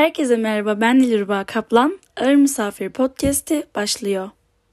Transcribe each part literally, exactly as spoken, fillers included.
Herkese merhaba, ben Dilruba Kaplan. Ağır Misafir Podcast'i başlıyor.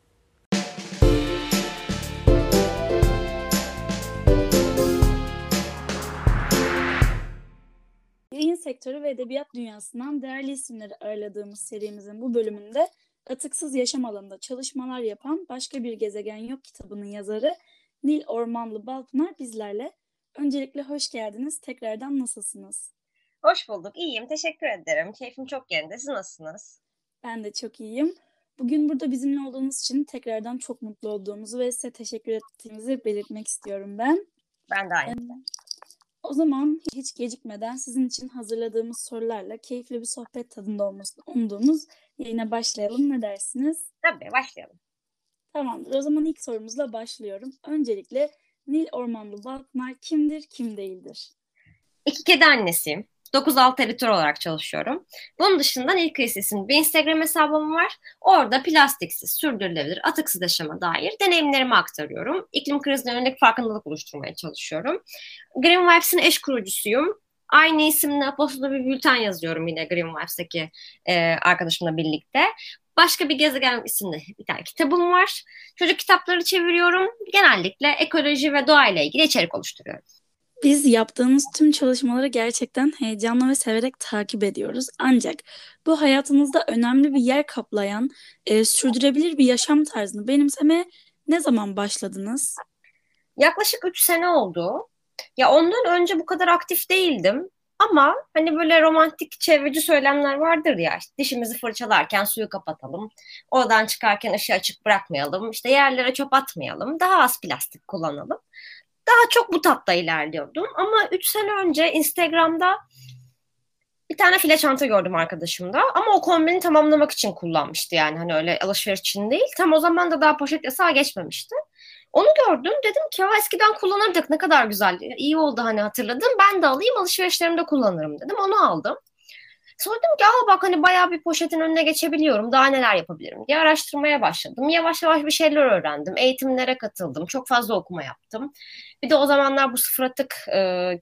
Yayın sektörü ve edebiyat dünyasından değerli isimleri ağırladığımız serimizin bu bölümünde atıksız yaşam alanında çalışmalar yapan Başka Bir Gezegen Yok kitabının yazarı Nil Ormanlı Balpınar bizlerle. Öncelikle hoş geldiniz. Tekrardan nasılsınız? Hoş bulduk. İyiyim. Teşekkür ederim. Keyfim çok yerinde. Siz nasılsınız? Ben de çok iyiyim. Bugün burada bizimle olduğunuz için tekrardan çok mutlu olduğumuzu ve size teşekkür ettiğimizi belirtmek istiyorum ben. Ben de aynı. Ee, o zaman hiç gecikmeden sizin için hazırladığımız sorularla keyifli bir sohbet tadında olmasını umduğumuz yayına başlayalım. Ne dersiniz? Tabii başlayalım. Tamamdır. O zaman ilk sorumuzla başlıyorum. Öncelikle Nil Ormanlı Balpınar kimdir, kim değildir? İki kedi annesiyim. dokuz altı editör olarak çalışıyorum. Bunun dışında Nilkayısı isimli bir Instagram hesabım var. Orada plastiksiz, sürdürülebilir, atıksız yaşama dair deneyimlerimi aktarıyorum. İklim krizine yönelik farkındalık oluşturmaya çalışıyorum. Green Vibes'in eş kurucusuyum. Aynı isimle Apostol'da bir bülten yazıyorum yine Green Vibes'teki e, arkadaşımla birlikte. Başka Bir Gezegen isimli bir tane kitabım var. Çocuk kitapları çeviriyorum. Genellikle ekoloji ve doğa ile ilgili içerik oluşturuyorum. Biz yaptığımız tüm çalışmaları gerçekten heyecanla ve severek takip ediyoruz. Ancak bu hayatınızda önemli bir yer kaplayan, e, sürdürülebilir bir yaşam tarzını benimsemeye ne zaman başladınız? Yaklaşık üç sene oldu. Ya ondan önce bu kadar aktif değildim. Ama hani böyle romantik çevreci söylemler vardır ya. İşte dişimizi fırçalarken suyu kapatalım. Oradan çıkarken ışığı açık bırakmayalım. İşte yerlere çöp atmayalım. Daha az plastik kullanalım. Daha çok bu tatta ilerliyordum. Ama üç sene önce Instagram'da bir tane file çanta gördüm arkadaşımda. Ama o kombini tamamlamak için kullanmıştı yani. Hani öyle alışveriş için değil. Tam o zaman da daha poşet yasağı geçmemişti. Onu gördüm. Dedim ki ya eskiden kullanırdık, ne kadar güzel. İyi oldu hani hatırladım. Ben de alayım, alışverişlerimde kullanırım dedim. Onu aldım. Sonra dedim ki aa bak hani bayağı bir poşetin önüne geçebiliyorum. Daha neler yapabilirim diye araştırmaya başladım. Yavaş yavaş bir şeyler öğrendim. Eğitimlere katıldım. Çok fazla okuma yaptım. Bir de o zamanlar bu sıfır atık e,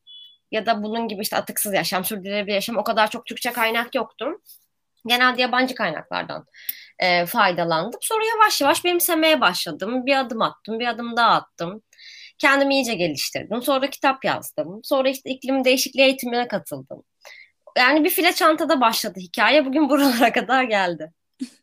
ya da bunun gibi işte atıksız yaşam, sürdürülebilir yaşam o kadar çok Türkçe kaynak yoktu. Genelde yabancı kaynaklardan e, faydalandım. Sonra yavaş yavaş benimsemeye başladım. Bir adım attım, bir adım daha attım. Kendimi iyice geliştirdim. Sonra kitap yazdım. Sonra işte iklim değişikliği eğitimine katıldım. Yani bir file çantada başladı hikaye. Bugün buralara kadar geldi.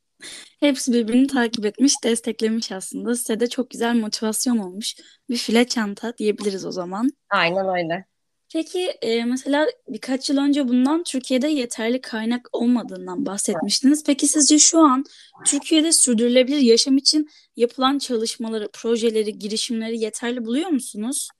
Hepsi birbirini takip etmiş, desteklemiş aslında. Size de çok güzel motivasyon olmuş. Bir file çanta diyebiliriz o zaman. Aynen öyle. Peki e, mesela birkaç yıl önce bundan Türkiye'de yeterli kaynak olmadığından bahsetmiştiniz. Peki sizce şu an Türkiye'de sürdürülebilir yaşam için yapılan çalışmaları, projeleri, girişimleri yeterli buluyor musunuz?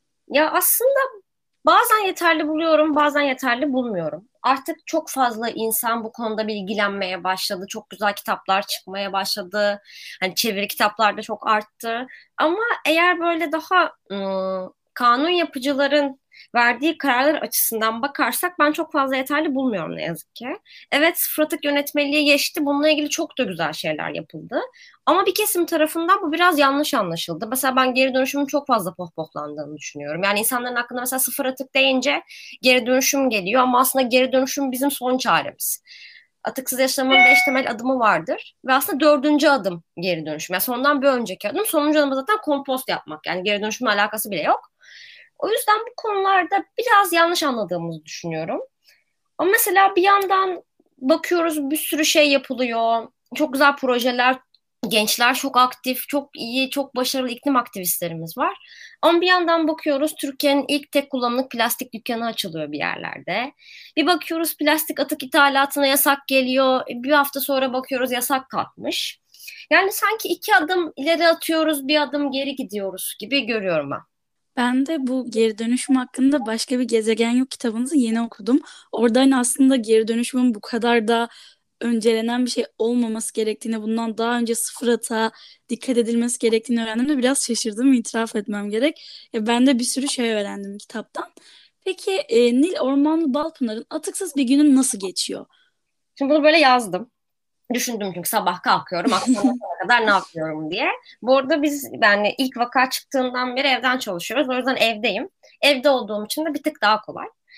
Ya aslında bazen yeterli buluyorum, bazen yeterli bulmuyorum. Artık çok fazla insan bu konuda bilgilenmeye başladı. Çok güzel kitaplar çıkmaya başladı. Hani çeviri kitaplar da çok arttı. Ama eğer böyle daha ım, kanun yapıcıların verdiği kararlar açısından bakarsak ben çok fazla yeterli bulmuyorum ne yazık ki. Evet, sıfır atık yönetmeliği geçti. Bununla ilgili çok da güzel şeyler yapıldı. Ama bir kesim tarafından bu biraz yanlış anlaşıldı. Mesela ben geri dönüşümün çok fazla pohpohlandığını düşünüyorum. Yani insanların aklında mesela sıfır atık deyince geri dönüşüm geliyor ama aslında geri dönüşüm bizim son çaremiz. Atıksız yaşamın beş temel adımı vardır ve aslında dördüncü adım geri dönüşüm. Yani sondan bir önceki adım, sonuncu adım zaten kompost yapmak. Yani geri dönüşümle alakası bile yok. O yüzden bu konularda biraz yanlış anladığımızı düşünüyorum. Ama mesela bir yandan bakıyoruz bir sürü şey yapılıyor. Çok güzel projeler, gençler çok aktif, çok iyi, çok başarılı iklim aktivistlerimiz var. Ama bir yandan bakıyoruz Türkiye'nin ilk tek kullanımlık plastik dükkanı açılıyor bir yerlerde. Bir bakıyoruz plastik atık ithalatına yasak geliyor. Bir hafta sonra bakıyoruz yasak kalkmış. Yani sanki iki adım ileri atıyoruz, bir adım geri gidiyoruz gibi görüyorum ben. Ben de bu geri dönüşüm hakkında Başka Bir Gezegen Yok kitabınızı yeni okudum. Orada hani aslında geri dönüşümün bu kadar da öncelenen bir şey olmaması gerektiğini, bundan daha önce sıfır atığa dikkat edilmesi gerektiğini öğrendim de biraz şaşırdım, itiraf etmem gerek. Ya ben de bir sürü şey öğrendim kitaptan. Peki e, Nil Ormanlı Balpınar'ın atıksız bir günün nasıl geçiyor? Şimdi bunu böyle yazdım. Düşündüm çünkü sabah kalkıyorum akşama kadar ne yapıyorum diye. Bu arada biz yani ilk vaka çıktığından beri evden çalışıyoruz. O yüzden evdeyim. Evde olduğum için de bir tık daha kolay.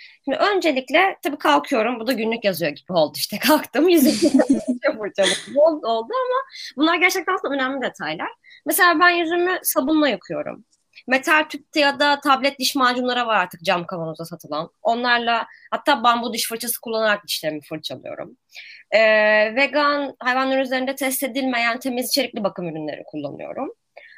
Şimdi öncelikle tabii kalkıyorum. Bu da günlük yazıyor gibi oldu işte. Kalktım yüzümü fırçaladım. Oldu, oldu ama bunlar gerçekten aslında önemli detaylar. Mesela ben yüzümü sabunla yıkıyorum. Metal tüpte ya da tablet diş macunları var artık cam kavanozda satılan. Onlarla, hatta bambu diş fırçası kullanarak dişlerimi fırçalıyorum. Ee, vegan, hayvanlar üzerinde test edilmeyen temiz içerikli bakım ürünleri kullanıyorum.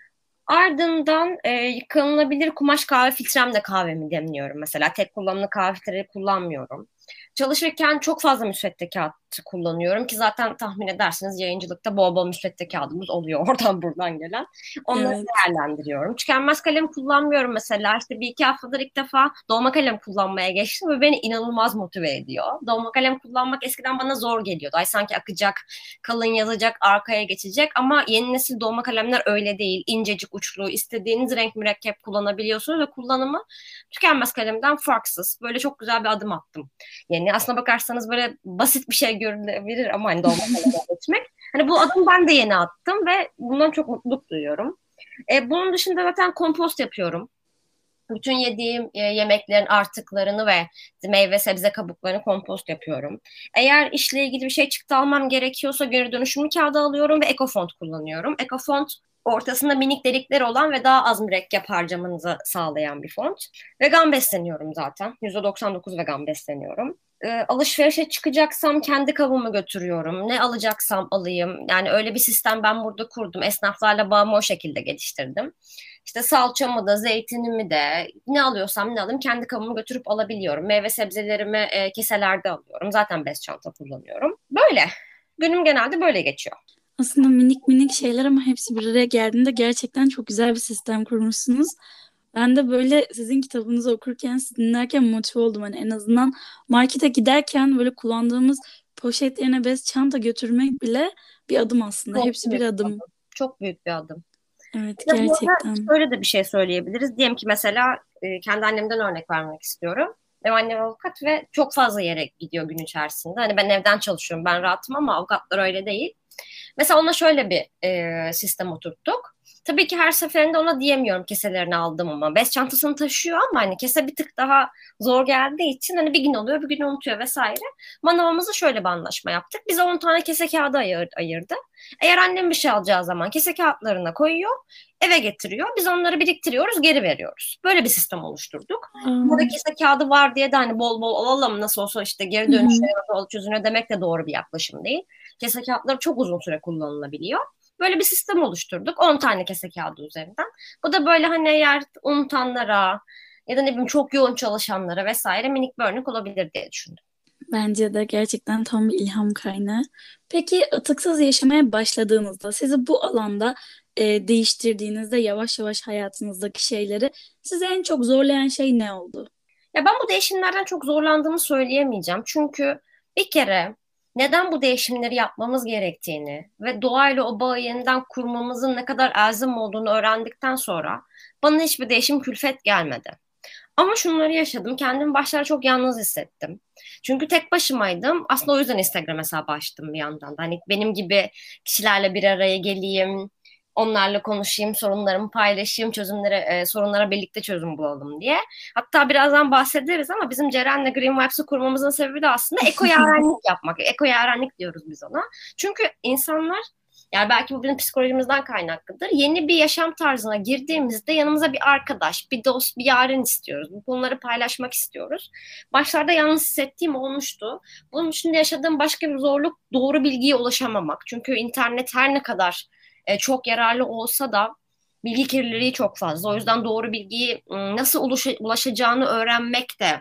Ardından e, yıkanılabilir kumaş kahve filtremle kahvemi demliyorum mesela. Tek kullanımlı kahve filtreleri kullanmıyorum. Çalışırken çok fazla müsvedde kağıt kullanıyorum ki zaten tahmin edersiniz yayıncılıkta bol bol müsvedde kağıdımız oluyor oradan buradan gelen. Onları Evet. değerlendiriyorum. Tükenmez kalem kullanmıyorum mesela. İşte bir iki haftadır ilk defa dolma kalem kullanmaya geçtim ve beni inanılmaz motive ediyor. Dolma kalem kullanmak eskiden bana zor geliyordu. Ay sanki akacak, kalın yazacak, arkaya geçecek ama yeni nesil dolma kalemler öyle değil. İncecik uçlu, istediğiniz renk mürekkep kullanabiliyorsunuz ve kullanımı tükenmez kalemden farksız. Böyle çok güzel bir adım attım. Yani aslına bakarsanız böyle basit bir şey görünebilir ama hani dolma kaleme geçmek. Hani bu adımı ben de yeni attım ve bundan çok mutluluk duyuyorum. E, bunun dışında zaten kompost yapıyorum. Bütün yediğim e, yemeklerin artıklarını ve meyve sebze kabuklarını kompost yapıyorum. Eğer işle ilgili bir şey çıktı almam gerekiyorsa geri dönüşümlü kağıda alıyorum ve EcoFont kullanıyorum. EcoFont ortasında minik delikler olan ve daha az mürekkep harcamanızı sağlayan bir font. Vegan besleniyorum zaten. yüzde doksan dokuz vegan besleniyorum. E, alışverişe çıkacaksam kendi kabımı götürüyorum. Ne alacaksam alayım. Yani öyle bir sistem ben burada kurdum. Esnaflarla bağımı o şekilde geliştirdim. İşte salçamı da, zeytinimi de, ne alıyorsam ne alayım kendi kabımı götürüp alabiliyorum. Meyve sebzelerimi e, keselerde alıyorum. Zaten bez çanta kullanıyorum. Böyle. Günüm genelde böyle geçiyor. Aslında minik minik şeyler ama hepsi bir araya geldiğinde gerçekten çok güzel bir sistem kurmuşsunuz. Ben de böyle sizin kitabınızı okurken, sizi dinlerken motive oldum. Hani en azından markete giderken böyle kullandığımız poşet yerine bez çanta götürmek bile bir adım aslında. Çok Hepsi bir büyük bir adım. adım. Çok büyük bir adım. Evet, Ya bu arada gerçekten. şöyle de bir şey söyleyebiliriz. Diyelim ki mesela e, kendi annemden örnek vermek istiyorum. Benim annem avukat ve çok fazla yere gidiyor gün içerisinde. Hani ben evden çalışıyorum, ben rahatım ama avukatlar öyle değil. Mesela ona şöyle bir e, sistem oturttuk. Tabii ki her seferinde ona diyemiyorum keselerini aldım ama bez çantasını taşıyor ama hani kese bir tık daha zor geldiği için hani bir gün oluyor bir gün unutuyor vesaire. Manavımızı şöyle bir anlaşma yaptık. Bize on tane kese kağıdı ayır, ayırdı. Eğer annem bir şey alacağı zaman kese kağıtlarına koyuyor, eve getiriyor. Biz onları biriktiriyoruz, geri veriyoruz. Böyle bir sistem oluşturduk. Burada Aa, kese kağıdı var diye de hani bol bol alalım nasıl olsa işte geri hı hı. dönüşüyor, çözünüyor demek de doğru bir yaklaşım değil. Kese kağıtları çok uzun süre kullanılabiliyor. Böyle bir sistem oluşturduk. on tane kese kağıdı üzerinden. Bu da böyle hani eğer unutanlara ya da ne bileyim çok yoğun çalışanlara vesaire minik bir örnek olabilir diye düşündüm. Bence de gerçekten tam bir ilham kaynağı. Peki atıksız yaşamaya başladığınızda, sizi bu alanda e, değiştirdiğinizde yavaş yavaş hayatınızdaki şeyleri sizi en çok zorlayan şey ne oldu? Ya ben bu değişimlerden çok zorlandığımı söyleyemeyeceğim. Çünkü bir kere neden bu değişimleri yapmamız gerektiğini ve doğayla o bağı yeniden kurmamızın ne kadar elzem olduğunu öğrendikten sonra bana hiçbir değişim külfet gelmedi. Ama şunları yaşadım. Kendimi başlarda çok yalnız hissettim. Çünkü tek başımaydım. Aslında o yüzden Instagram hesabı açtım bir yandan da. Hani benim gibi kişilerle bir araya geleyim, onlarla konuşayım, sorunlarımı paylaşayım, çözümlere, e, sorunlara birlikte çözüm bulalım diye. Hatta birazdan bahsederiz ama bizim Ceren'le Green Vibes'ı kurmamızın sebebi de aslında eko-yarenlik yapmak. Eko-yarenlik diyoruz biz ona. Çünkü insanlar, yani belki bu bizim psikolojimizden kaynaklıdır. Yeni bir yaşam tarzına girdiğimizde yanımıza bir arkadaş, bir dost, bir yaren istiyoruz. Bu konuları paylaşmak istiyoruz. Başlarda yalnız hissettiğim olmuştu. Bunun için de yaşadığım başka bir zorluk doğru bilgiye ulaşamamak. Çünkü internet her ne kadar e, çok yararlı olsa da bilgi kirliliği çok fazla. O yüzden doğru bilgiyi ım, nasıl ulaşa- ulaşacağını öğrenmek de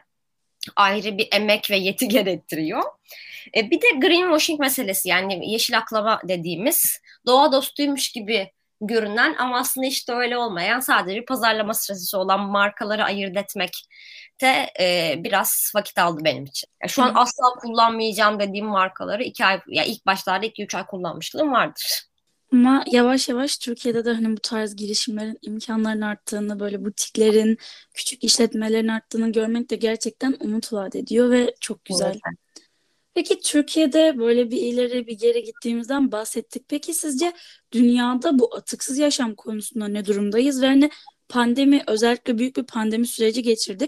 ayrı bir emek ve yeti gerektiriyor. E, bir de greenwashing meselesi, yani yeşil aklama dediğimiz doğa dostuymuş gibi görünen ama aslında işte öyle olmayan sadece bir pazarlama stratejisi olan markaları ayırt etmek de e, biraz vakit aldı benim için. Ya şu an Evet. asla kullanmayacağım dediğim markaları iki ay, ya ilk başlarda iki üç ay kullanmışlığım vardır. Ama yavaş yavaş Türkiye'de de hani bu tarz girişimlerin imkanlarının arttığını, böyle butiklerin, küçük işletmelerin arttığını görmek de gerçekten umut vaat ediyor ve çok güzel. Evet. Peki Türkiye'de böyle bir ileri bir geri gittiğimizden bahsettik. Peki sizce dünyada bu atıksız yaşam konusunda ne durumdayız? Ve hani pandemi, özellikle büyük bir pandemi süreci geçirdik.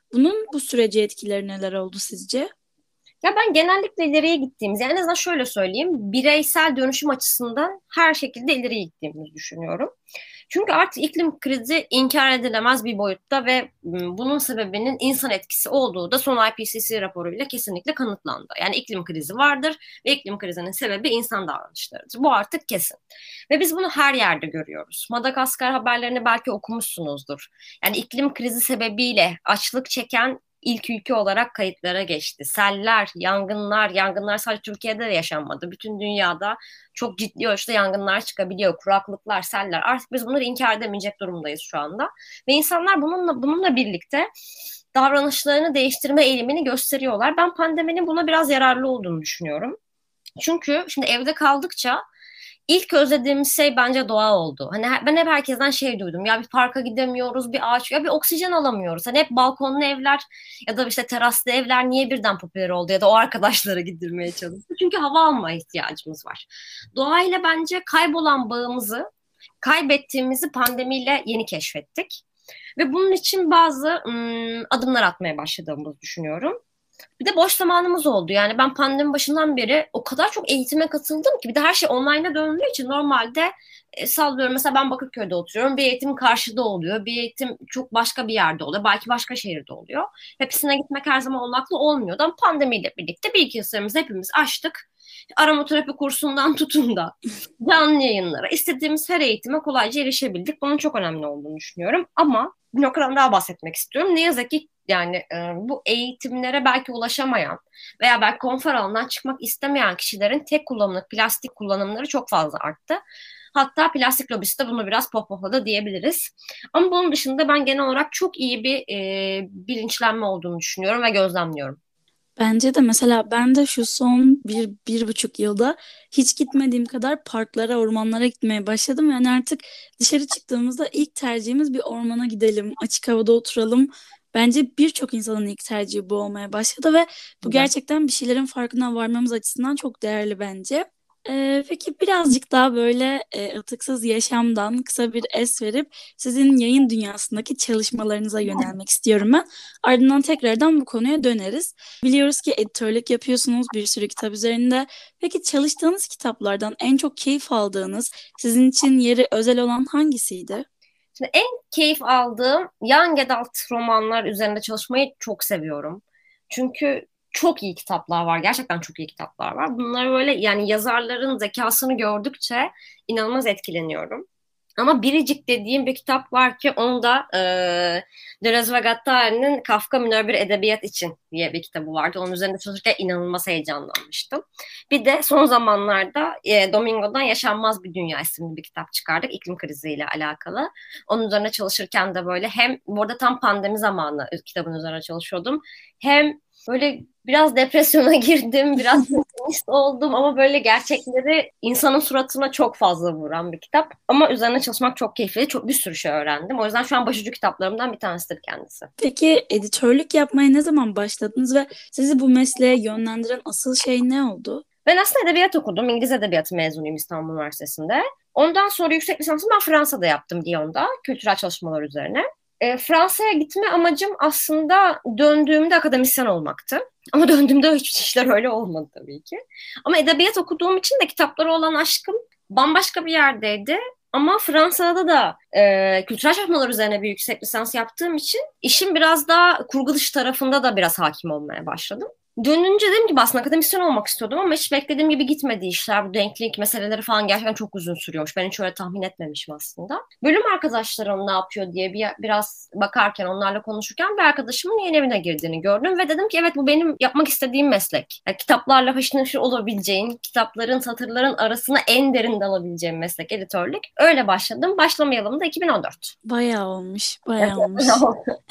Bunun bu sürece etkileri neler oldu sizce? Ya ben genellikle ileriye gittiğimiz, yani en azından şöyle söyleyeyim, bireysel dönüşüm açısından her şekilde ileriye gittiğimizi düşünüyorum. Çünkü artık iklim krizi inkar edilemez bir boyutta ve bunun sebebinin insan etkisi olduğu da son I P C C raporuyla kesinlikle kanıtlandı. Yani iklim krizi vardır ve iklim krizinin sebebi insan davranışlarıdır. Bu artık kesin. Ve biz bunu her yerde görüyoruz. Madagaskar haberlerini belki okumuşsunuzdur. Yani iklim krizi sebebiyle açlık çeken ilk ülke olarak kayıtlara geçti. Seller, yangınlar, yangınlar sadece Türkiye'de de yaşanmadı. Bütün dünyada çok ciddi ölçüde yangınlar çıkabiliyor. Kuraklıklar, seller. Artık biz bunları inkar edemeyecek durumdayız şu anda. Ve insanlar bununla bununla birlikte davranışlarını değiştirme eğilimini gösteriyorlar. Ben pandeminin buna biraz yararlı olduğunu düşünüyorum. Çünkü şimdi evde kaldıkça İlk özlediğimiz şey bence doğa oldu. Hani ben hep herkesten şey duydum. Ya bir parka gidemiyoruz, bir ağaç, ya bir oksijen alamıyoruz. Hani hep balkonlu evler ya da işte teraslı evler niye birden popüler oldu ya da o arkadaşlara gidilmeye çalıştı. Çünkü hava almaya ihtiyacımız var. Doğayla bence kaybolan bağımızı, kaybettiğimizi pandemiyle yeni keşfettik. Ve bunun için bazı ım, adımlar atmaya başladığımızı düşünüyorum. Bir de boş zamanımız oldu. Yani ben pandemi başından beri o kadar çok eğitime katıldım ki, bir de her şey online'a döndüğü için normalde e, sallıyorum, mesela ben Bakırköy'de oturuyorum. Bir eğitim karşıda oluyor. Bir eğitim çok başka bir yerde oluyor. Belki başka şehirde oluyor. Hepsine gitmek her zaman olmakla olmuyordu. Ama pandemiyle birlikte bilgisayarımızı hepimiz açtık. Aromaterapi kursundan tutun da canlı yayınlara, istediğimiz her eğitime kolayca erişebildik. Bunun çok önemli olduğunu düşünüyorum. Ama bir noktadan daha bahsetmek istiyorum. Ne yazık ki yani e, bu eğitimlere belki ulaşamayan veya belki konfor alanından çıkmak istemeyen kişilerin tek kullanımlık plastik kullanımları çok fazla arttı. Hatta plastik lobisi de bunu biraz pohpohladı diyebiliriz. Ama bunun dışında ben genel olarak çok iyi bir e, bilinçlenme olduğunu düşünüyorum ve gözlemliyorum. Bence de mesela ben de şu son bir, bir buçuk yılda hiç gitmediğim kadar parklara, ormanlara gitmeye başladım. Yani artık dışarı çıktığımızda ilk tercihimiz bir ormana gidelim, açık havada oturalım. Bence birçok insanın ilk tercihi bu olmaya başladı ve bu Güzel. gerçekten bir şeylerin farkına varmamız açısından çok değerli bence. Ee, peki birazcık daha böyle e, atıksız yaşamdan kısa bir es verip sizin yayın dünyasındaki çalışmalarınıza yönelmek istiyorum ben. Ardından tekrardan bu konuya döneriz. Biliyoruz ki editörlük yapıyorsunuz bir sürü kitap üzerinde. Peki çalıştığınız kitaplardan en çok keyif aldığınız, sizin için yeri özel olan hangisiydi? Şimdi en keyif aldığım young adult romanlar üzerinde çalışmayı çok seviyorum. Çünkü çok iyi kitaplar var. Gerçekten çok iyi kitaplar var. Bunları böyle, yani yazarların zekasını gördükçe inanılmaz etkileniyorum. Ama Biricik dediğim bir kitap var ki onu da e, Deleuze ve Guattari'nin Kafka Münevver Edebiyat için diye bir kitabı vardı. Onun üzerinde çalışırken inanılmaz heyecanlanmıştım. Bir de son zamanlarda e, Domingo'dan Yaşanmaz Bir Dünya isimli bir kitap çıkardık. İklim kriziyle alakalı. Onun üzerine çalışırken de böyle, hem burada tam pandemi zamanı kitabın üzerine çalışıyordum. Hem böyle biraz depresyona girdim, biraz pesimist oldum ama böyle gerçekleri insanın suratına çok fazla vuran bir kitap. Ama üzerine çalışmak çok keyifli, çok bir sürü şey öğrendim. O yüzden şu an başucu kitaplarımdan bir tanesidir kendisi. Peki editörlük yapmaya ne zaman başladınız ve sizi bu mesleğe yönlendiren asıl şey ne oldu? Ben aslında edebiyat okudum. İngiliz Edebiyatı mezunuyum İstanbul Üniversitesi'nde. Ondan sonra yüksek lisansımı ben Fransa'da yaptım, Lyon'da, kültürel çalışmalar üzerine. E, Fransa'ya gitme amacım aslında döndüğümde akademisyen olmaktı. Ama döndüğümde hiç işler öyle olmadı tabii ki. Ama edebiyat okuduğum için de kitaplara olan aşkım bambaşka bir yerdeydi. Ama Fransa'da da e, kültürel çalışmalar üzerine bir yüksek lisans yaptığım için işin biraz daha kurgu dışı tarafında da biraz hakim olmaya başladım. Dönünce dedim ki aslında akademisyen olmak istiyordum ama hiç beklediğim gibi gitmedi işler. Bu denklik meseleleri falan gerçekten çok uzun sürüyormuş. Ben hiç öyle tahmin etmemişim aslında. Bölüm arkadaşlarım ne yapıyor diye bir, biraz bakarken, onlarla konuşurken bir arkadaşımın yeni evine girdiğini gördüm. Ve dedim ki evet, bu benim yapmak istediğim meslek. Yani kitaplarla haşır neşir olabileceğin, kitapların, satırların arasına en derin dalabileceğin meslek editörlük. Öyle başladım. Başlamayalım da iki bin on dört. Bayağı olmuş, bayağı olmuş.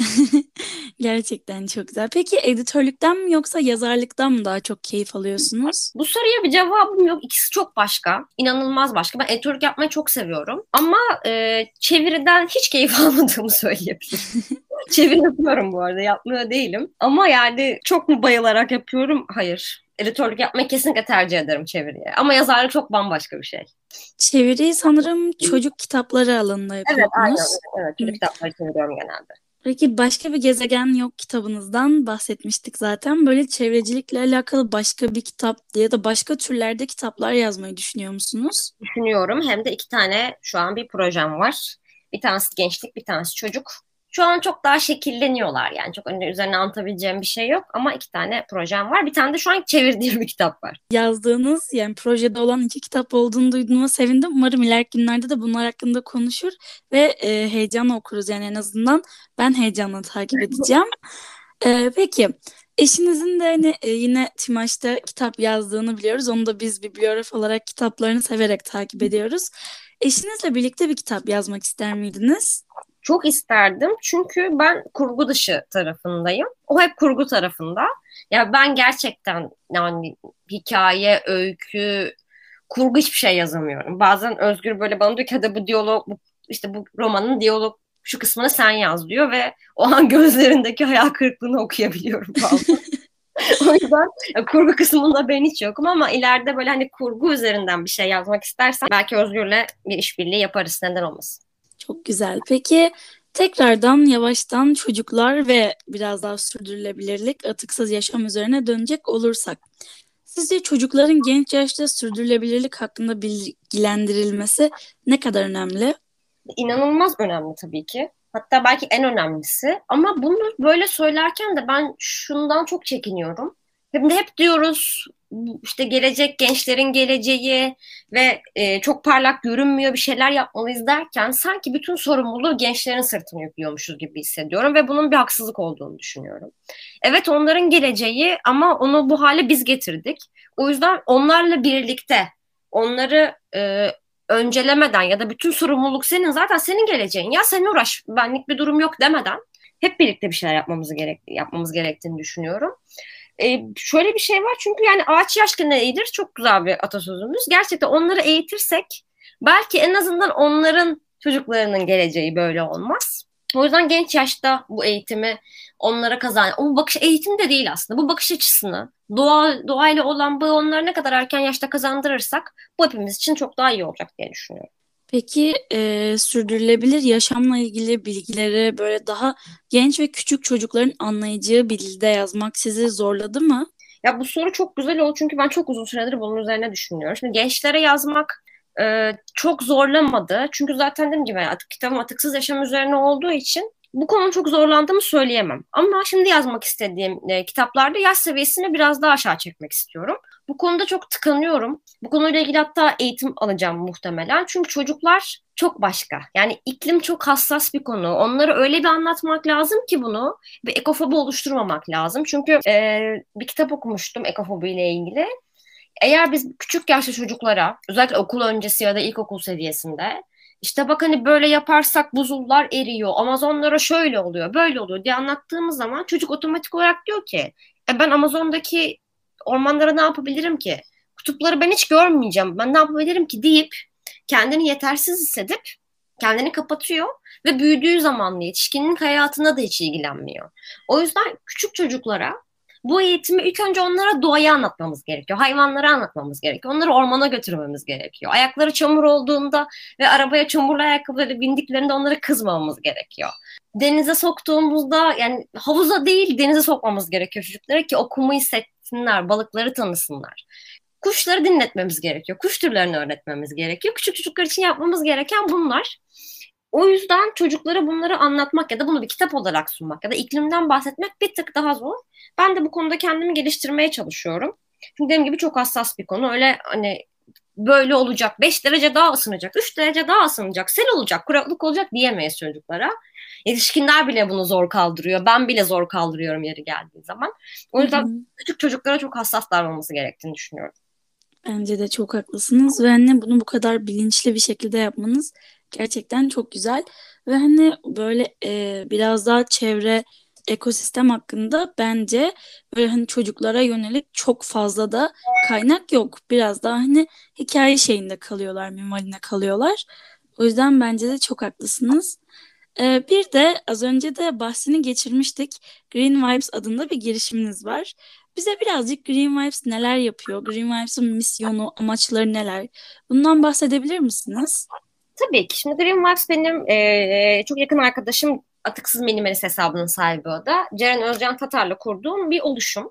Gerçekten çok güzel. Peki editörlükten mi yoksa yazarlıktan mı daha çok keyif alıyorsunuz? Bu soruya bir cevabım yok. İkisi çok başka. İnanılmaz başka. Ben editörlük yapmayı çok seviyorum. Ama e, çeviriden hiç keyif almadığımı söyleyebilirim. Çeviri yapıyorum bu arada. Yapmıyor değilim. Ama yani çok mu bayılarak yapıyorum? Hayır. Editörlük yapmayı kesinlikle tercih ederim çeviriye. Ama yazarlık çok bambaşka bir şey. Çeviriyi sanırım çocuk kitapları alanında Evet, aynen. yapıyordunuz. Evet, Hı. çocuk kitapları çeviriyorum genelde. Peki başka bir gezegen yok kitabınızdan bahsetmiştik zaten. Böyle çevrecilikle alakalı başka bir kitap ya da başka türlerde kitaplar yazmayı düşünüyor musunuz? Düşünüyorum. Hem de iki tane şu an bir projem var. Bir tanesi gençlik, bir tanesi çocuk. Şu an çok daha şekilleniyorlar yani. Çok önce üzerine anlatabileceğim bir şey yok ama iki tane projem var. Bir tane de şu an çevirdiğim bir kitap var. Yazdığınız yani projede olan iki kitap olduğunu duyduğuma sevindim. Umarım ileriki günlerde de bunlar hakkında konuşur ve e, heyecanla okuruz yani en azından ben heyecanla takip edeceğim. E, peki eşinizin de hani e, yine Timaş'ta kitap yazdığını biliyoruz. Onu da biz bibliograf olarak kitaplarını severek takip ediyoruz. Eşinizle birlikte bir kitap yazmak ister miydiniz? Çok isterdim çünkü ben kurgu dışı tarafındayım. O hep kurgu tarafında. Ya ben gerçekten yani hikaye, öykü, kurgu hiçbir şey yazamıyorum. Bazen Özgür böyle bana diyor ki hadi bu diyalog, bu, işte bu romanın diyalog şu kısmını sen yaz diyor ve o an gözlerindeki hayal kırıklığını okuyabiliyorum falan. O yüzden ya, kurgu kısmında ben hiç yokum ama ileride böyle hani kurgu üzerinden bir şey yazmak istersen belki Özgür'le bir işbirliği yaparız. Neden olmasın? Çok güzel. Peki tekrardan yavaştan çocuklar ve biraz daha sürdürülebilirlik, atıksız yaşam üzerine dönecek olursak. Sizce çocukların genç yaşta sürdürülebilirlik hakkında bilgilendirilmesi ne kadar önemli? İnanılmaz önemli tabii ki. Hatta belki en önemlisi. Ama bunu böyle söylerken de ben şundan çok çekiniyorum. Hem de hep diyoruz işte gelecek, gençlerin geleceği ve e, çok parlak görünmüyor bir şeyler yapmalıyız derken sanki bütün sorumluluğu gençlerin sırtına yüklüyormuşuz gibi hissediyorum ve bunun bir haksızlık olduğunu düşünüyorum. Evet onların geleceği ama onu bu hale biz getirdik. O yüzden onlarla birlikte onları e, öncelemeden ya da bütün sorumluluk senin zaten senin geleceğin ya sen uğraş benlik bir durum yok demeden hep birlikte bir şeyler yapmamızı gerek yapmamız gerektiğini düşünüyorum. Ee, şöyle bir şey var çünkü yani ağaç yaşken eğilir çok güzel bir atasözümüz. Gerçekten onları eğitirsek belki en azından onların çocuklarının geleceği böyle olmaz. O yüzden genç yaşta bu eğitimi onlara kazan. O bakış eğitim de değil aslında. Bu bakış açısını, doğa doğayla olan bağı onlara ne kadar erken yaşta kazandırırsak bu hepimiz için çok daha iyi olacak diye düşünüyorum. Peki e, sürdürülebilir yaşamla ilgili bilgileri böyle daha genç ve küçük çocukların anlayacağı bir dilde yazmak sizi zorladı mı? Ya bu soru çok güzel oldu çünkü ben çok uzun süredir bunun üzerine düşünüyorum. Şimdi gençlere yazmak e, çok zorlamadı. Çünkü zaten dediğim gibi atık, kitabım atıksız yaşam üzerine olduğu için bu konuda çok zorlandığımı söyleyemem. Ama şimdi yazmak istediğim e, kitaplarda yaş seviyesini biraz daha aşağı çekmek istiyorum. Bu konuda çok tıkanıyorum. Bu konuyla ilgili hatta eğitim alacağım muhtemelen. Çünkü çocuklar çok başka. Yani iklim çok hassas bir konu. Onlara öyle bir anlatmak lazım ki bunu bir ekofobi oluşturmamak lazım. Çünkü e, bir kitap okumuştum ekofobi ile ilgili. Eğer biz küçük yaşta çocuklara özellikle okul öncesi ya da ilkokul seviyesinde işte bak hani böyle yaparsak buzullar eriyor, Amazonlara şöyle oluyor, böyle oluyor diye anlattığımız zaman çocuk otomatik olarak diyor ki e ben Amazon'daki ormanlara ne yapabilirim ki? Kutupları ben hiç görmeyeceğim. Ben ne yapabilirim ki deyip kendini yetersiz hissedip kendini kapatıyor ve büyüdüğü zaman yetişkinin hayatına da hiç ilgilenmiyor. O yüzden küçük çocuklara bu eğitimi ilk önce onlara doğayı anlatmamız gerekiyor. Hayvanları anlatmamız gerekiyor. Onları ormana götürmemiz gerekiyor. Ayakları çamur olduğunda ve arabaya çamurlu ayakkabıları bindiklerinde onları kızmamamız gerekiyor. Denize soktuğumuzda yani havuza değil denize sokmamız gerekiyor çocuklara ki o kumu hissetsinler, balıkları tanısınlar. Kuşları dinletmemiz gerekiyor. Kuş türlerini öğretmemiz gerekiyor. Küçük çocuklar için yapmamız gereken bunlar. O yüzden çocuklara bunları anlatmak ya da bunu bir kitap olarak sunmak ya da iklimden bahsetmek bir tık daha zor. Ben de bu konuda kendimi geliştirmeye çalışıyorum. Çünkü dediğim gibi çok hassas bir konu. Öyle hani böyle olacak, beş derece daha ısınacak, üç derece daha ısınacak, sel olacak, kuraklık olacak diyemeyiz çocuklara. Yetişkinler bile bunu zor kaldırıyor. Ben bile zor kaldırıyorum yeri geldiği zaman. O Hı yüzden hı. küçük çocuklara çok hassas davranılması gerektiğini düşünüyorum. Bence de çok haklısınız ve hani bunu bu kadar bilinçli bir şekilde yapmanız gerçekten çok güzel ve hani böyle e, biraz daha çevre ekosistem hakkında bence böyle hani çocuklara yönelik çok fazla da kaynak yok. Biraz daha hani hikaye şeyinde kalıyorlar, minvaline kalıyorlar. O yüzden bence de çok haklısınız. E, bir de az önce de bahsini geçirmiştik. Green Vibes adında bir girişiminiz var. Bize birazcık Green Vibes neler yapıyor? Green Vibes'ın misyonu, amaçları neler? Bundan bahsedebilir misiniz? Tabii ki. Şimdi Green Vibes benim e, çok yakın arkadaşım Atıksız Minimalist hesabının sahibi o da. Ceren Özcan Tatar'la kurduğum bir oluşum.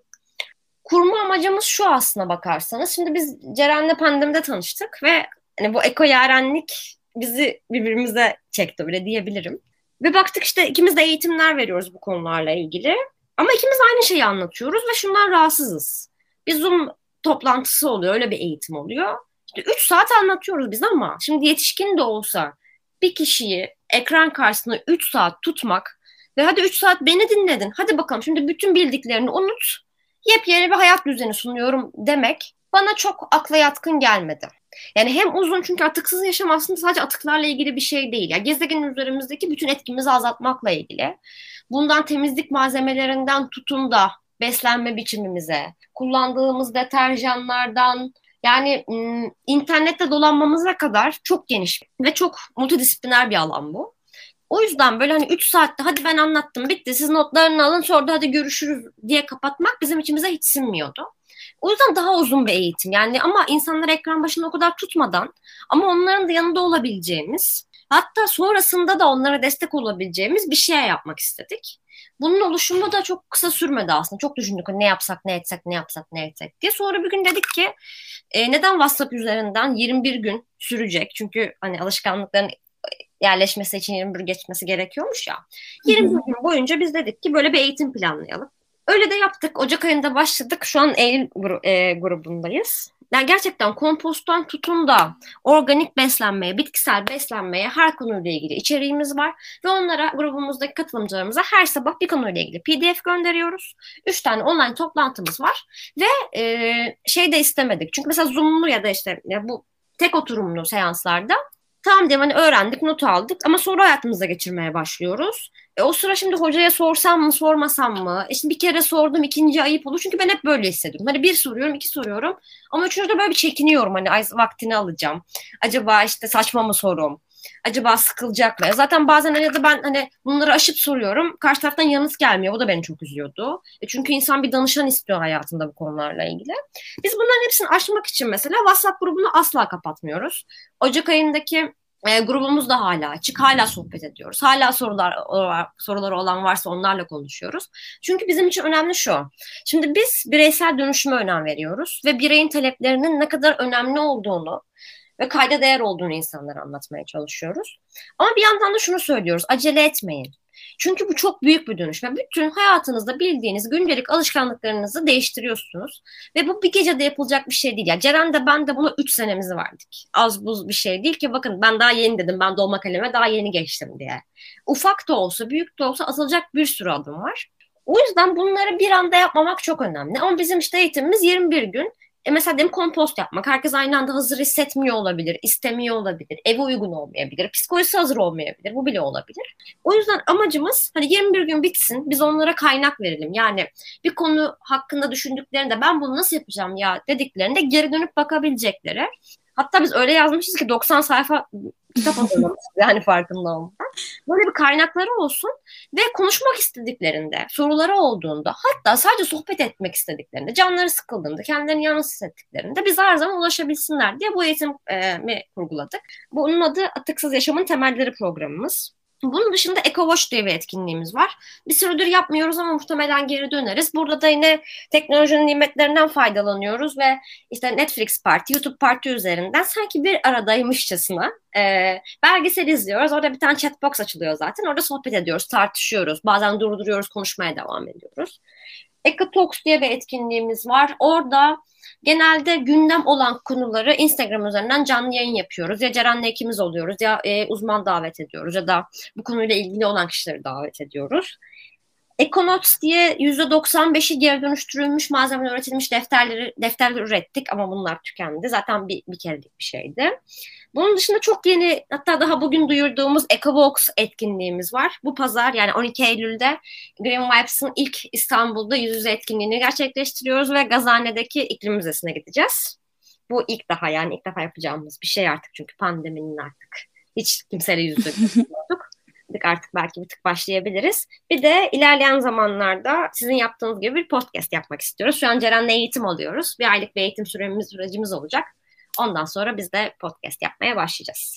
Kurma amacımız şu aslına bakarsanız. Şimdi biz Ceren'le pandemide tanıştık ve hani bu eko yarenlik bizi birbirimize çekti, öyle diyebilirim. Ve baktık işte ikimiz de eğitimler veriyoruz bu konularla ilgili. Ama ikimiz aynı şeyi anlatıyoruz ve şundan rahatsızız. Bir Zoom toplantısı oluyor, öyle bir eğitim oluyor. İşte üç saat anlatıyoruz biz ama şimdi yetişkin de olsa bir kişiyi ekran karşısında üç saat tutmak ve hadi üç saat beni dinledin, hadi bakalım şimdi bütün bildiklerini unut, yepyeni bir hayat düzeni sunuyorum demek bana çok akla yatkın gelmedi. Yani hem uzun, çünkü atıksız yaşam aslında sadece atıklarla ilgili bir şey değil. Yani gezegenin üzerimizdeki bütün etkimizi azaltmakla ilgili. Bundan temizlik malzemelerinden tutun da beslenme biçimimize, kullandığımız deterjanlardan, yani ım, internette dolanmamıza kadar çok geniş ve çok multidisipliner bir alan bu. O yüzden böyle hani üç saatte hadi ben anlattım bitti siz notlarını alın sonra da hadi görüşürüz diye kapatmak bizim içimize hiç sinmiyordu. O yüzden daha uzun bir eğitim yani, ama insanları ekran başında o kadar tutmadan ama onların da yanında olabileceğimiz, hatta sonrasında da onlara destek olabileceğimiz bir şey yapmak istedik. Bunun oluşumu da çok kısa sürmedi aslında. Çok düşündük ne yapsak ne etsek ne yapsak ne etsek diye. Sonra bir gün dedik ki e, neden WhatsApp üzerinden yirmi bir gün sürecek? Çünkü hani alışkanlıkların yerleşmesi için yirmi bir geçmesi gerekiyormuş ya. yirmi bir gün boyunca biz dedik ki böyle bir eğitim planlayalım. Öyle de yaptık. Ocak ayında başladık. Şu an Eylül gru- e, grubundayız. Yani gerçekten komposttan tutun da organik beslenmeye, bitkisel beslenmeye her konuyla ilgili içeriğimiz var. Ve onlara, grubumuzdaki katılımcılarımıza her sabah bir konuyla ilgili P D F gönderiyoruz. Üç tane online toplantımız var. Ve e, şey de istemedik. Çünkü mesela Zoom'lu ya da işte ya bu tek oturumlu seanslarda tamam diyelim hani öğrendik, not aldık ama sonra hayatımıza geçirmeye başlıyoruz. E, o sıra şimdi hocaya sorsam mı, sormasam mı? E şimdi bir kere sordum, ikinci ayıp olur. Çünkü ben hep böyle hissediyorum. Hani bir soruyorum, iki soruyorum. Ama üçüncüde böyle bir çekiniyorum. Hani ay, vaktini alacağım. Acaba işte saçma mı sorum? Acaba sıkılacak mı? Zaten bazen ya da ben hani bunları aşıp soruyorum. Karşı taraftan yanıt gelmiyor. O da beni çok üzüyordu. E çünkü insan bir danışan istiyor hayatında bu konularla ilgili. Biz bunların hepsini aşmak için mesela WhatsApp grubunu asla kapatmıyoruz. Ocak ayındaki e, grubumuz da hala açık. Hala sohbet ediyoruz. Hala sorular soruları olan varsa onlarla konuşuyoruz. Çünkü bizim için önemli şu. Şimdi biz bireysel dönüşüme önem veriyoruz ve bireyin taleplerinin ne kadar önemli olduğunu ve kayda değer olduğunu insanlara anlatmaya çalışıyoruz. Ama bir yandan da şunu söylüyoruz. Acele etmeyin. Çünkü bu çok büyük bir dönüş ve bütün hayatınızda bildiğiniz gündelik alışkanlıklarınızı değiştiriyorsunuz. Ve bu bir gecede yapılacak bir şey değil. Ya Ceren de ben de buna üç senemizi verdik. Az buz bir şey değil ki, bakın ben daha yeni dedim, ben dolma kaleme daha yeni geçtim diye. Ufak da olsa büyük de olsa atılacak bir sürü adım var. O yüzden bunları bir anda yapmamak çok önemli. Ama bizim işte eğitimimiz yirmi bir gün. E mesela diyelim kompost yapmak. Herkes aynı anda hazır hissetmiyor olabilir, istemiyor olabilir, eve uygun olmayabilir, psikolojisi hazır olmayabilir. Bu bile olabilir. O yüzden amacımız hani yirmi bir gün bitsin, biz onlara kaynak verelim. Yani bir konu hakkında düşündüklerinde ben bunu nasıl yapacağım ya dediklerinde geri dönüp bakabilecekleri. Hatta biz öyle yazmışız ki doksan sayfa kitap hazırlamışız yani farkında olmadan. Böyle bir kaynakları olsun ve konuşmak istediklerinde, soruları olduğunda, hatta sadece sohbet etmek istediklerinde, canları sıkıldığında, kendilerini yalnız hissettiklerinde bize her zaman ulaşabilsinler diye bu eğitimi kurguladık. Bunun adı Atıksız Yaşamın Temelleri programımız. Bunun dışında EcoWatch diye bir etkinliğimiz var. Bir süredir yapmıyoruz ama muhtemelen geri döneriz. Burada da yine teknolojinin nimetlerinden faydalanıyoruz ve işte Netflix Parti, YouTube Parti üzerinden sanki bir aradaymışçasına e, belgesel izliyoruz. Orada bir tane chatbox açılıyor zaten. Orada sohbet ediyoruz, tartışıyoruz. Bazen durduruyoruz, konuşmaya devam ediyoruz. EcoTalks diye bir etkinliğimiz var. Orada genelde gündem olan konuları Instagram üzerinden canlı yayın yapıyoruz. Ya Ceren'le ikimiz oluyoruz ya e, uzman davet ediyoruz ya da bu konuyla ilgili olan kişileri davet ediyoruz. Econotes diye yüzde doksan beşi geri dönüştürülmüş malzemeden üretilmiş defterleri defterler ürettik ama bunlar tükendi. Zaten bir, bir kerelik bir şeydi. Bunun dışında çok yeni, hatta daha bugün duyurduğumuz EcoVox etkinliğimiz var. Bu pazar yani on iki Eylül'de Green Vibes'ın ilk İstanbul'da yüz yüze etkinliğini gerçekleştiriyoruz ve Gazhane'deki iklim müzesine gideceğiz. Bu ilk daha yani ilk defa yapacağımız bir şey artık, çünkü pandeminin artık hiç kimseyle yüz yüze görmüyorduk. Artık belki bir tık başlayabiliriz. Bir de ilerleyen zamanlarda sizin yaptığınız gibi bir podcast yapmak istiyoruz. Şu an Ceren'le eğitim alıyoruz. Bir aylık bir eğitim süremiz, sürecimiz olacak. Ondan sonra biz de podcast yapmaya başlayacağız.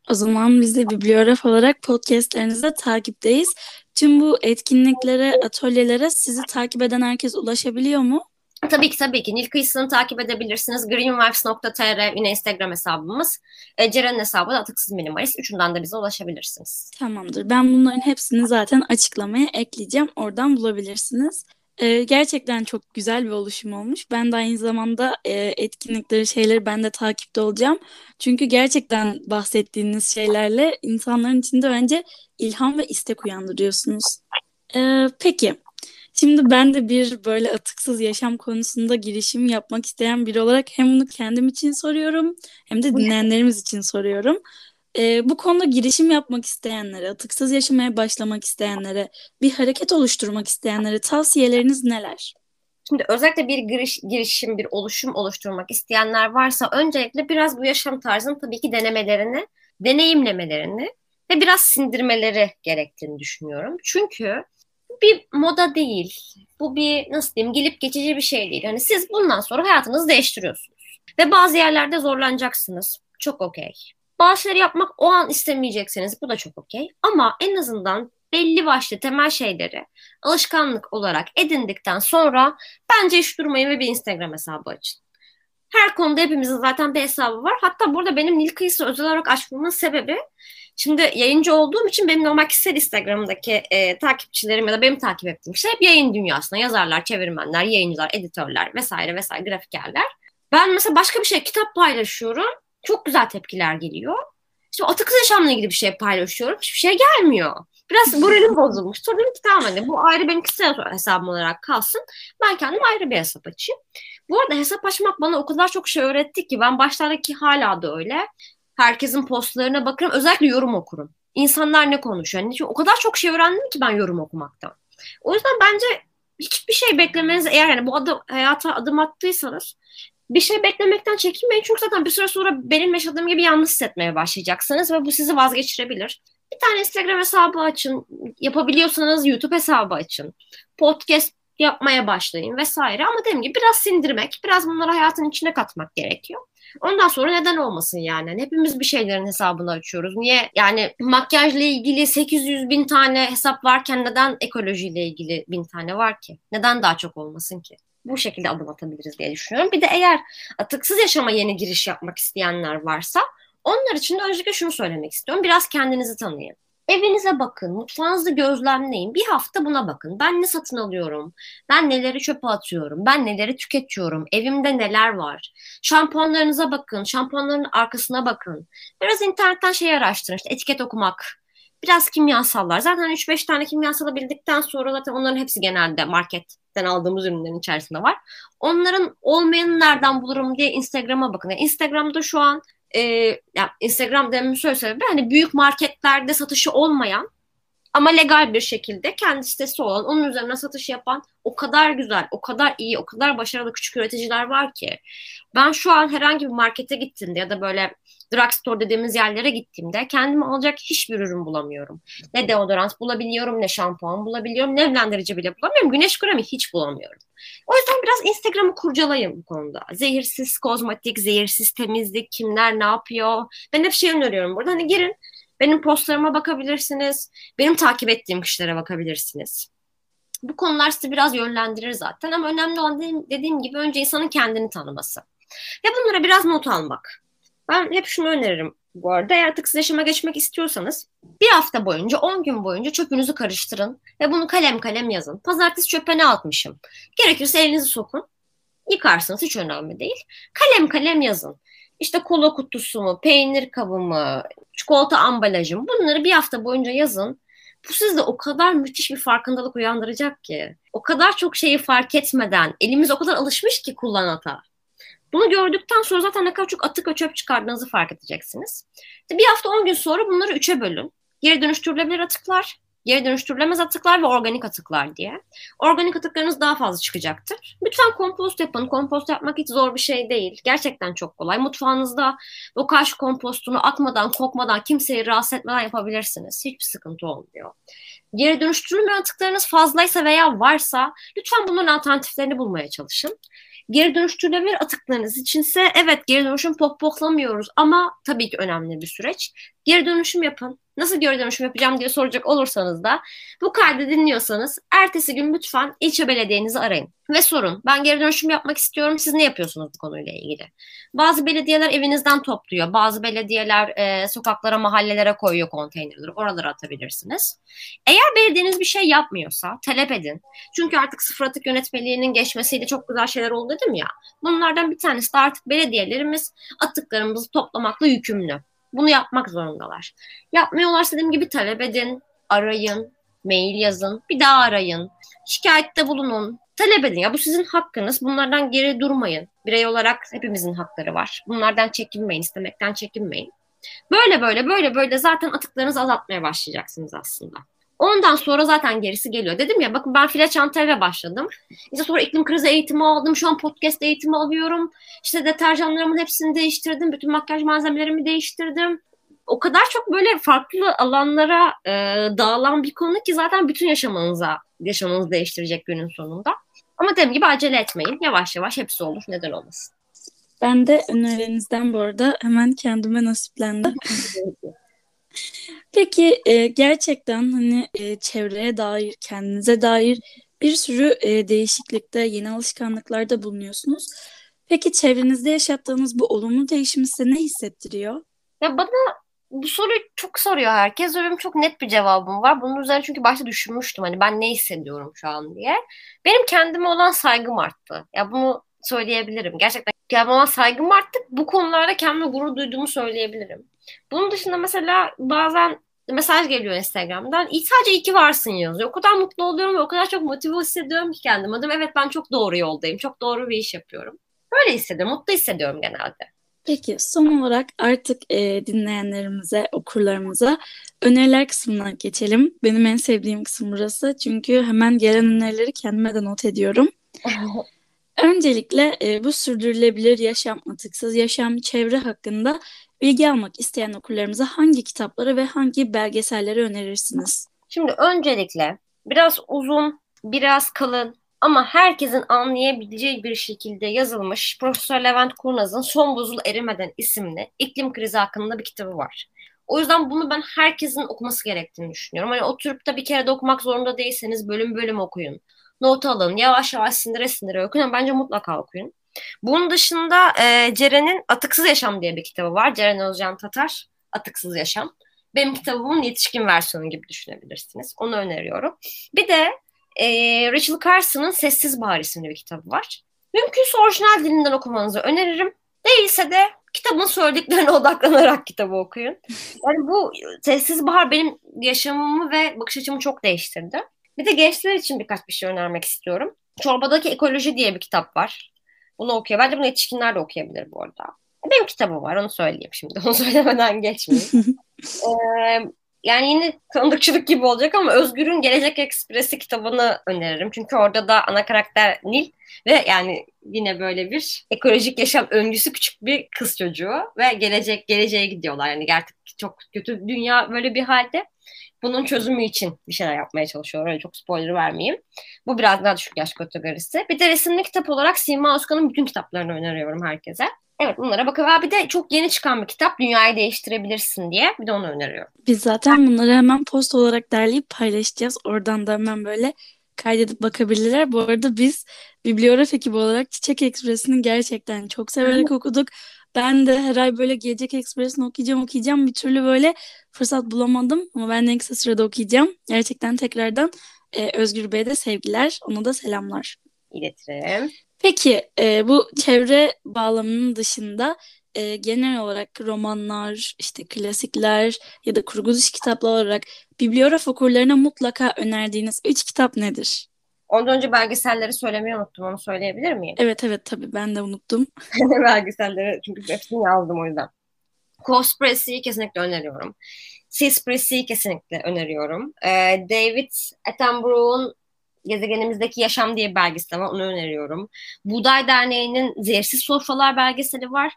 O zaman biz de Bibliograf olarak podcastlerinizde takipteyiz. Tüm bu etkinliklere, atölyelere sizi takip eden herkes ulaşabiliyor mu? Tabii ki tabii ki. Nil Kıyısı'nı takip edebilirsiniz. greenvibes nokta tr yine Instagram hesabımız. E, Ceren'in hesabı da Atıksız Minimalist. Üçünden de bize ulaşabilirsiniz. Tamamdır. Ben bunların hepsini zaten açıklamaya ekleyeceğim. Oradan bulabilirsiniz. Ee, gerçekten çok güzel bir oluşum olmuş. Ben de aynı zamanda e, etkinlikleri, şeyleri ben de takipte olacağım. Çünkü gerçekten bahsettiğiniz şeylerle insanların içinde bence ilham ve istek uyandırıyorsunuz. Ee, peki. Şimdi ben de bir böyle atıksız yaşam konusunda girişim yapmak isteyen biri olarak hem bunu kendim için soruyorum hem de dinleyenlerimiz için soruyorum. Ee, bu konuda girişim yapmak isteyenlere, atıksız yaşamaya başlamak isteyenlere, bir hareket oluşturmak isteyenlere tavsiyeleriniz neler? Şimdi özellikle bir giriş, girişim, bir oluşum oluşturmak isteyenler varsa öncelikle biraz bu yaşam tarzını tabii ki denemelerini, deneyimlemelerini ve biraz sindirmeleri gerektiğini düşünüyorum. Çünkü bu bir moda değil. Bu bir nasıl diyeyim gelip geçici bir şey değil. Hani siz bundan sonra hayatınızı değiştiriyorsunuz. Ve bazı yerlerde zorlanacaksınız. Çok okey. Bazı şeyleri yapmak o an istemeyeceksiniz. Bu da çok okey. Ama en azından belli başlı temel şeyleri alışkanlık olarak edindikten sonra bence hiç durmayın ve bir Instagram hesabı açın. Her konuda hepimizin zaten bir hesabı var. Hatta burada benim Nil Kıyısı özel olarak açmamın sebebi şimdi yayıncı olduğum için benim normal kişisel Instagram'daki e, takipçilerim ya da benim takip ettiğim şey hep yayın dünyasında yazarlar, çevirmenler, yayıncılar, editörler vesaire vesaire grafikerler. Ben mesela başka bir şey kitap paylaşıyorum. Çok güzel tepkiler geliyor. Şimdi atıksız yaşamla ilgili bir şey paylaşıyorum. Hiçbir şey gelmiyor. Biraz moralim bozulmuş. Sonra dedim ki tamam hani bu ayrı benim kişisel hesabım olarak kalsın. Ben kendim ayrı bir hesap açayım. Bu arada hesap açmak bana o kadar çok şey öğretti ki ben başlardaki hala da öyle. Herkesin postlarına bakarım. Özellikle yorum okurum. İnsanlar ne konuşuyor? Yani çünkü o kadar çok şey öğrendim ki ben yorum okumaktan. O yüzden bence hiçbir şey beklemeniz eğer yani bu adım, hayata adım attıysanız bir şey beklemekten çekinmeyin. Çünkü zaten bir süre sonra benim yaşadığım gibi yalnız hissetmeye başlayacaksınız ve bu sizi vazgeçirebilir. Bir tane Instagram hesabı açın. Yapabiliyorsanız YouTube hesabı açın. Podcast yapmaya başlayın vesaire. Ama dediğim gibi biraz sindirmek, biraz bunları hayatın içine katmak gerekiyor. Ondan sonra neden olmasın yani? Yani hepimiz bir şeylerin hesabını açıyoruz. Niye? Yani makyajla ilgili sekiz yüz bin tane hesap varken neden ekolojiyle ilgili bin tane var ki? Neden daha çok olmasın ki? Bu şekilde adım atabiliriz diye düşünüyorum. Bir de eğer atıksız yaşama yeni giriş yapmak isteyenler varsa onlar için de öncelikle şunu söylemek istiyorum. Biraz kendinizi tanıyın. Evinize bakın, mutfağınızı gözlemleyin. Bir hafta buna bakın. Ben ne satın alıyorum? Ben neleri çöpe atıyorum? Ben neleri tüketiyorum? Evimde neler var? Şampuanlarınıza bakın, şampuanların arkasına bakın. Biraz internetten şey araştırın, işte etiket okumak. Biraz kimyasallar. Zaten üç beş tane kimyasalı bildikten sonra zaten onların hepsi genelde marketten aldığımız ürünlerin içerisinde var. Onların olmayanı nereden bulurum diye Instagram'a bakın. Yani Instagram'da şu an e, yani Instagram dememin şöyle sebebi hani büyük marketlerde satışı olmayan ama legal bir şekilde kendi sitesi olan, onun üzerine satış yapan o kadar güzel, o kadar iyi, o kadar başarılı küçük üreticiler var ki. Ben şu an herhangi bir markete gittiğimde ya da böyle drugstore dediğimiz yerlere gittiğimde kendime alacak hiçbir ürün bulamıyorum. Ne deodorant bulabiliyorum, ne şampuan bulabiliyorum, ne nemlendirici bile bulamıyorum. Güneş kremi hiç bulamıyorum. O yüzden biraz Instagram'ı kurcalayın bu konuda. Zehirsiz kozmetik, zehirsiz temizlik, kimler ne yapıyor. Ben hep şey öneriyorum burada. Hani girin, benim postlarıma bakabilirsiniz. Benim takip ettiğim kişilere bakabilirsiniz. Bu konular sizi biraz yönlendirir zaten ama önemli olan dediğim, dediğim gibi önce insanın kendini tanıması. Ve bunlara biraz not almak. Ben hep şunu öneririm bu arada. Eğer atıksız yaşama geçmek istiyorsanız bir hafta boyunca, on gün boyunca çöpünüzü karıştırın ve bunu kalem kalem yazın. Pazartesi çöpe ne atmışım? Gerekirse elinizi sokun. Yıkarsınız hiç önemli değil. Kalem kalem yazın. İşte kola kutusu mu, peynir kabı mı, çikolata ambalajı mı bunları bir hafta boyunca yazın. Bu sizde o kadar müthiş bir farkındalık uyandıracak ki. O kadar çok şeyi fark etmeden elimiz o kadar alışmış ki kullanata. Bunu gördükten sonra zaten ne kadar çok atık ve çöp çıkardığınızı fark edeceksiniz. İşte bir hafta on gün sonra bunları üçe bölün. Geri dönüştürülebilir atıklar, geri dönüştürülemez atıklar ve organik atıklar diye. Organik atıklarınız daha fazla çıkacaktır. Lütfen kompost yapın. Kompost yapmak hiç zor bir şey değil. Gerçekten çok kolay. Mutfağınızda bokaş kompostunu atmadan, kokmadan, kimseyi rahatsız etmeden yapabilirsiniz. Hiçbir sıkıntı olmuyor. Geri dönüştürülmeyen atıklarınız fazlaysa veya varsa lütfen bunların alternatiflerini bulmaya çalışın. Geri dönüştürülebilir atıklarınız içinse evet, geri dönüşüm pohpohlamıyoruz ama tabii ki önemli bir süreç. Geri dönüşüm yapın. Nasıl geri dönüşüm yapacağım diye soracak olursanız da bu kaydı dinliyorsanız ertesi gün lütfen ilçe belediyenizi arayın ve sorun. Ben geri dönüşüm yapmak istiyorum. Siz ne yapıyorsunuz bu konuyla ilgili? Bazı belediyeler evinizden topluyor. Bazı belediyeler e, sokaklara, mahallelere koyuyor konteynerleri. Oralara atabilirsiniz. Eğer belediyeniz bir şey yapmıyorsa talep edin. Çünkü artık sıfır atık yönetmeliğinin geçmesiyle çok güzel şeyler oldu dedim ya. Bunlardan bir tanesi de artık belediyelerimiz atıklarımızı toplamakla yükümlü. Bunu yapmak zorundalar. Yapmıyorlarsa dediğim gibi talep edin, arayın, mail yazın, bir daha arayın, şikayette bulunun, talep edin. Ya bu sizin hakkınız. Bunlardan geri durmayın. Birey olarak hepimizin hakları var. Bunlardan çekinmeyin, istemekten çekinmeyin. Böyle böyle böyle böyle zaten atıklarınızı azaltmaya başlayacaksınız aslında. Ondan sonra zaten gerisi geliyor. Dedim ya, bakın ben file çantayla başladım. İşte sonra iklim krizi eğitimi aldım. Şu an podcast eğitimi alıyorum. İşte deterjanlarımın hepsini değiştirdim. Bütün makyaj malzemelerimi değiştirdim. O kadar çok böyle farklı alanlara e, dağılan bir konu ki zaten bütün yaşamınıza, yaşamınızı değiştirecek günün sonunda. Ama dediğim gibi acele etmeyin. Yavaş yavaş hepsi olur. Neden olmasın? Ben de önerilerinizden bu arada hemen kendime nasiplendi. Peki e, gerçekten hani e, çevreye dair, kendinize dair bir sürü e, değişiklikte, yeni alışkanlıklarda bulunuyorsunuz. Peki çevrenizde yaşattığınız bu olumlu değişim size ne hissettiriyor? Ya bana bu soruyu çok soruyor herkes ve benim çok net bir cevabım var. Bunun üzerine çünkü başta düşünmüştüm hani ben ne hissediyorum şu an diye. Benim kendime olan saygım arttı. Ya bunu söyleyebilirim. Gerçekten kendime olan saygım arttı. Bu konularda kendime gurur duyduğumu söyleyebilirim. Bunun dışında mesela bazen mesaj geliyor Instagram'dan. İyi, sadece iyi ki varsın yazıyor. O kadar mutlu oluyorum ve o kadar çok motive hissediyorum ki kendim. Adım evet, ben çok doğru yoldayım. Çok doğru bir iş yapıyorum. Böyle hissediyorum. Mutlu hissediyorum genelde. Peki son olarak artık e, dinleyenlerimize, okurlarımıza öneriler kısmına geçelim. Benim en sevdiğim kısım burası. Çünkü hemen gelen önerileri kendime de not ediyorum. Öncelikle e, bu sürdürülebilir yaşam, atıksız yaşam, çevre hakkında bilgi almak isteyen okurlarımıza hangi kitapları ve hangi belgeselleri önerirsiniz? Şimdi öncelikle biraz uzun, biraz kalın ama herkesin anlayabileceği bir şekilde yazılmış Profesör Levent Kurnaz'ın Son Buzul Erimeden isimli iklim krizi hakkında bir kitabı var. O yüzden bunu ben herkesin okuması gerektiğini düşünüyorum. Hani oturup da bir kere de okumak zorunda değilseniz bölüm bölüm okuyun. Not alın, yavaş yavaş sindire sindire okuyun ama bence mutlaka okuyun. Bunun dışında e, Ceren'in Atıksız Yaşam diye bir kitabı var. Ceren Özcan Tatar, Atıksız Yaşam. Benim kitabımın yetişkin versiyonu gibi düşünebilirsiniz. Onu öneriyorum. Bir de e, Rachel Carson'ın Sessiz Bahar isimli bir kitabı var. Mümkünse orijinal dilinden okumanızı öneririm. Değilse de kitabın söylediklerine odaklanarak kitabı okuyun. Yani bu Sessiz Bahar benim yaşamımı ve bakış açımı çok değiştirdi. Bir de gençler için birkaç bir şey önermek istiyorum. Çorbadaki Ekoloji diye bir kitap var. Bunu okuyor. Bence bunu yetişkinler de okuyabilir bu arada. Benim kitabım var, onu söyleyeyim şimdi. Onu söylemeden geçmeyeyim. Ee, yani yine tanıdıkçılık gibi olacak ama Özgür'ün Gelecek Ekspresi kitabını öneririm. Çünkü orada da ana karakter Nil ve yani yine böyle bir ekolojik yaşam öncüsü küçük bir kız çocuğu ve gelecek geleceğe gidiyorlar. Yani gerçek çok kötü dünya böyle bir halde. Bunun çözümü için bir şeyler yapmaya çalışıyorlar. Öyle çok spoiler vermeyeyim. Bu biraz daha düşük yaş kategorisi. Bir de resimli kitap olarak Sima Özkan'ın bütün kitaplarını öneriyorum herkese. Evet, bunlara bakın. Bir de çok yeni çıkan bir kitap Dünyayı Değiştirebilirsin diye. Bir de onu öneriyorum. Biz zaten bunları hemen post olarak derleyip paylaşacağız. Oradan da hemen böyle kaydedip bakabilirler. Bu arada biz Bibliograf ekibi olarak Çiçek Ekspresi'ni gerçekten çok severek okuduk. Ben de her ay böyle Gelecek Ekspresi'ni okuyacağım okuyacağım. Bir türlü böyle fırsat bulamadım. Ama ben de en kısa sürede okuyacağım. Gerçekten tekrardan e, Özgür Bey'e de sevgiler. Ona da selamlar. İletirim. Peki e, bu çevre bağlamının dışında e, genel olarak romanlar, işte klasikler ya da kurgu dışı kitaplar olarak bibliograf okurlarına mutlaka önerdiğiniz üç kitap nedir? Ondan önce belgeselleri söylemeyi unuttum. Onu söyleyebilir miyim? Evet evet tabii ben de unuttum. Belgeselleri çünkü hepsini yazdım o yüzden. Cowspiracy'yi kesinlikle öneriyorum. Seaspiracy'yi kesinlikle öneriyorum. Ee, David Attenborough'un Gezegenimizdeki Yaşam diye bir belgeseli var. Onu öneriyorum. Buğday Derneği'nin Zehirsiz Sofralar belgeseli var.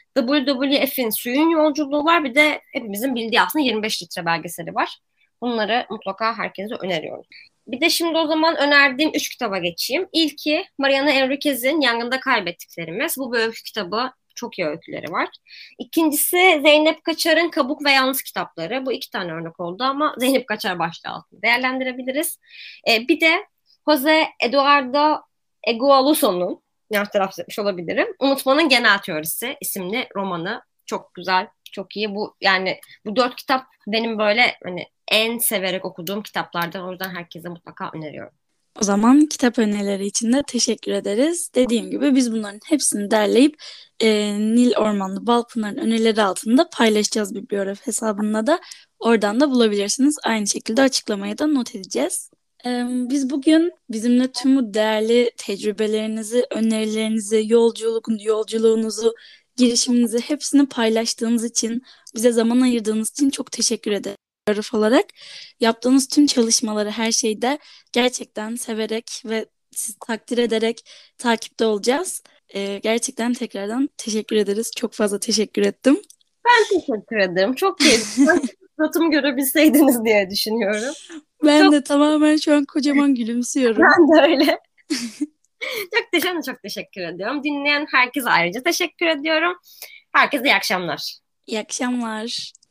W W F'in Suyun Yolculuğu var. Bir de hepimizin bildiği aslında yirmi beş litre belgeseli var. Bunları mutlaka herkese öneriyorum. Bir de şimdi o zaman önerdiğim üç kitaba geçeyim. İlki Mariana Enriquez'in Yangında Kaybettiklerimiz. Bu bir öykü kitabı. Çok iyi öyküleri var. İkincisi Zeynep Kaçar'ın Kabuk ve Yalnız kitapları. Bu iki tane örnek oldu ama Zeynep Kaçar başlığı altında değerlendirebiliriz. Ee, bir de Jose Eduardo Egualuso'nun, yanlış telaffuz etmiş olabilirim, Unutmanın Genel Teorisi isimli romanı. Çok güzel, çok iyi. Bu yani bu dört kitap benim böyle hani en severek okuduğum kitaplardan. O yüzden herkese mutlaka öneriyorum. O zaman kitap önerileri için de teşekkür ederiz. Dediğim gibi biz bunların hepsini derleyip e, Nil Ormanlı Balpınar'ın önerileri altında paylaşacağız Bibliograf hesabında da. Oradan da bulabilirsiniz. Aynı şekilde açıklamaya da not edeceğiz. E, biz bugün bizimle tüm bu değerli tecrübelerinizi, önerilerinizi, yolculuk, yolculuğunuzu, girişiminizi hepsini paylaştığınız için, bize zaman ayırdığınız için çok teşekkür ederim. Bibliograf olarak yaptığınız tüm çalışmaları, her şeyde gerçekten severek ve sizi takdir ederek takipte olacağız. Ee, gerçekten tekrardan teşekkür ederiz. Çok fazla teşekkür ettim. Ben teşekkür ederim. Çok keyifli. Suratımı görebilseydiniz diye düşünüyorum. Ben Çok... de tamamen şu an kocaman gülümsüyorum. Ben de öyle. Çok teşekkür, çok teşekkür ediyorum. Dinleyen herkese ayrıca teşekkür ediyorum. Herkese iyi akşamlar. İyi akşamlar.